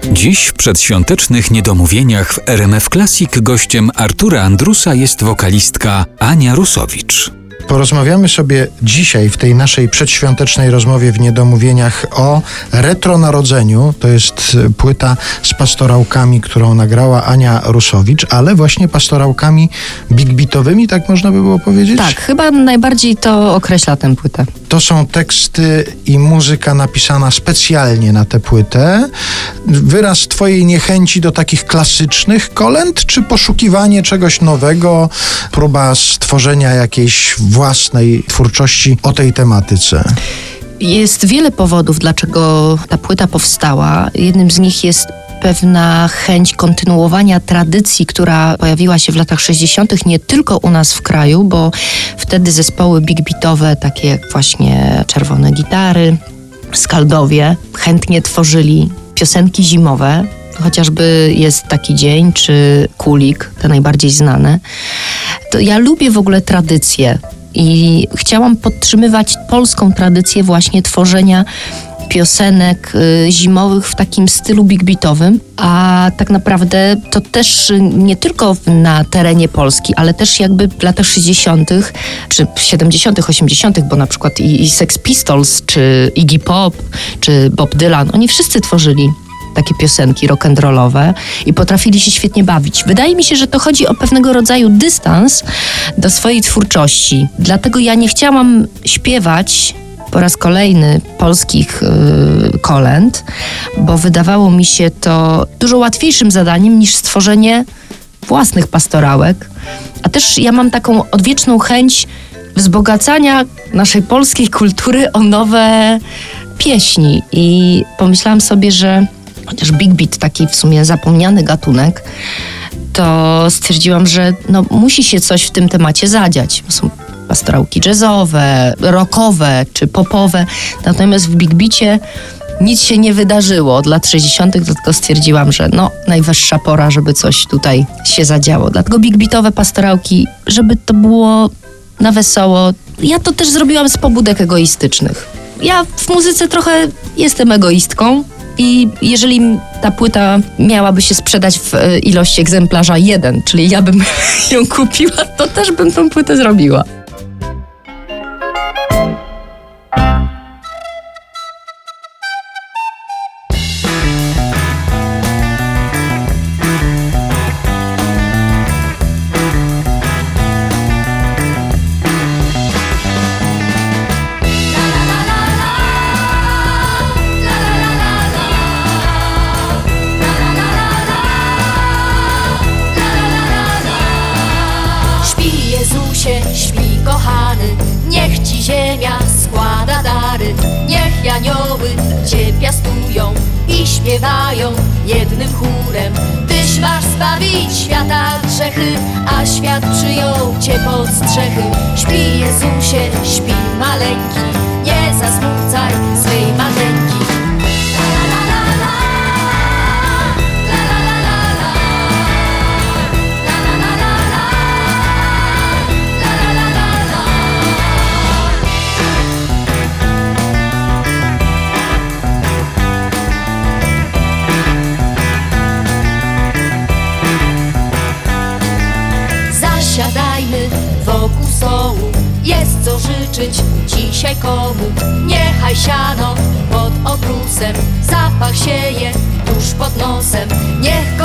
Dziś w przedświątecznych niedomówieniach w RMF Classic gościem Artura Andrusa jest wokalistka Ania Rusowicz. Porozmawiamy sobie dzisiaj w tej naszej przedświątecznej rozmowie w Niedomówieniach o Retronarodzeniu. To jest płyta z pastorałkami, którą nagrała Ania Rusowicz, ale właśnie pastorałkami big beatowymi, tak można by było powiedzieć? Tak, chyba najbardziej to określa tę płytę. To są teksty i muzyka napisana specjalnie na tę płytę. Wyraz twojej niechęci do takich klasycznych kolęd, czy poszukiwanie czegoś nowego, próba stworzenia jakiejś własnej twórczości o tej tematyce? Jest wiele powodów, dlaczego ta płyta powstała. Jednym z nich jest pewna chęć kontynuowania tradycji, która pojawiła się w latach 60. nie tylko u nas w kraju, bo wtedy zespoły big beatowe, takie jak właśnie Czerwone Gitary, Skaldowie, chętnie tworzyli piosenki zimowe. Chociażby Jest taki dzień, czy Kulik, te najbardziej znane. To ja lubię w ogóle tradycję i chciałam podtrzymywać polską tradycję właśnie tworzenia piosenek zimowych w takim stylu big beatowym, a tak naprawdę to też nie tylko na terenie Polski, ale też jakby w latach 60. czy 70., 80., bo na przykład i Sex Pistols, czy Iggy Pop, czy Bob Dylan, oni wszyscy tworzyli takie piosenki rock'n'rollowe i potrafili się świetnie bawić. Wydaje mi się, że to chodzi o pewnego rodzaju dystans do swojej twórczości. Dlatego ja nie chciałam śpiewać po raz kolejny polskich kolęd, bo wydawało mi się to dużo łatwiejszym zadaniem niż stworzenie własnych pastorałek. A też ja mam taką odwieczną chęć wzbogacania naszej polskiej kultury o nowe pieśni. I pomyślałam sobie, że chociaż big beat, taki w sumie zapomniany gatunek, to stwierdziłam, że musi się coś w tym temacie zadziać. Są pastorałki jazzowe, rockowe czy popowe. Natomiast w big beacie nic się nie wydarzyło od lat 60., dlatego stwierdziłam, że najwyższa pora, żeby coś tutaj się zadziało. Dlatego big beatowe pastorałki, żeby to było na wesoło. Ja to też zrobiłam z pobudek egoistycznych. Ja w muzyce trochę jestem egoistką i jeżeli ta płyta miałaby się sprzedać w ilości egzemplarza 1, czyli ja bym ją kupiła, to też bym tą płytę zrobiła. Śpi, kochany, niech ci ziemia składa dary. Niech anioły cię piastują i śpiewają jednym chórem. Tyś masz zbawić świata grzechy, a świat przyjął cię pod strzechy. Śpi, Jezusie, śpi maleńki, nie zasmucaj swej mateńki. Siadajmy wokół stołu, jest co życzyć dzisiaj komu. Niechaj siano pod obrusem, zapach sieje tuż pod nosem. Niech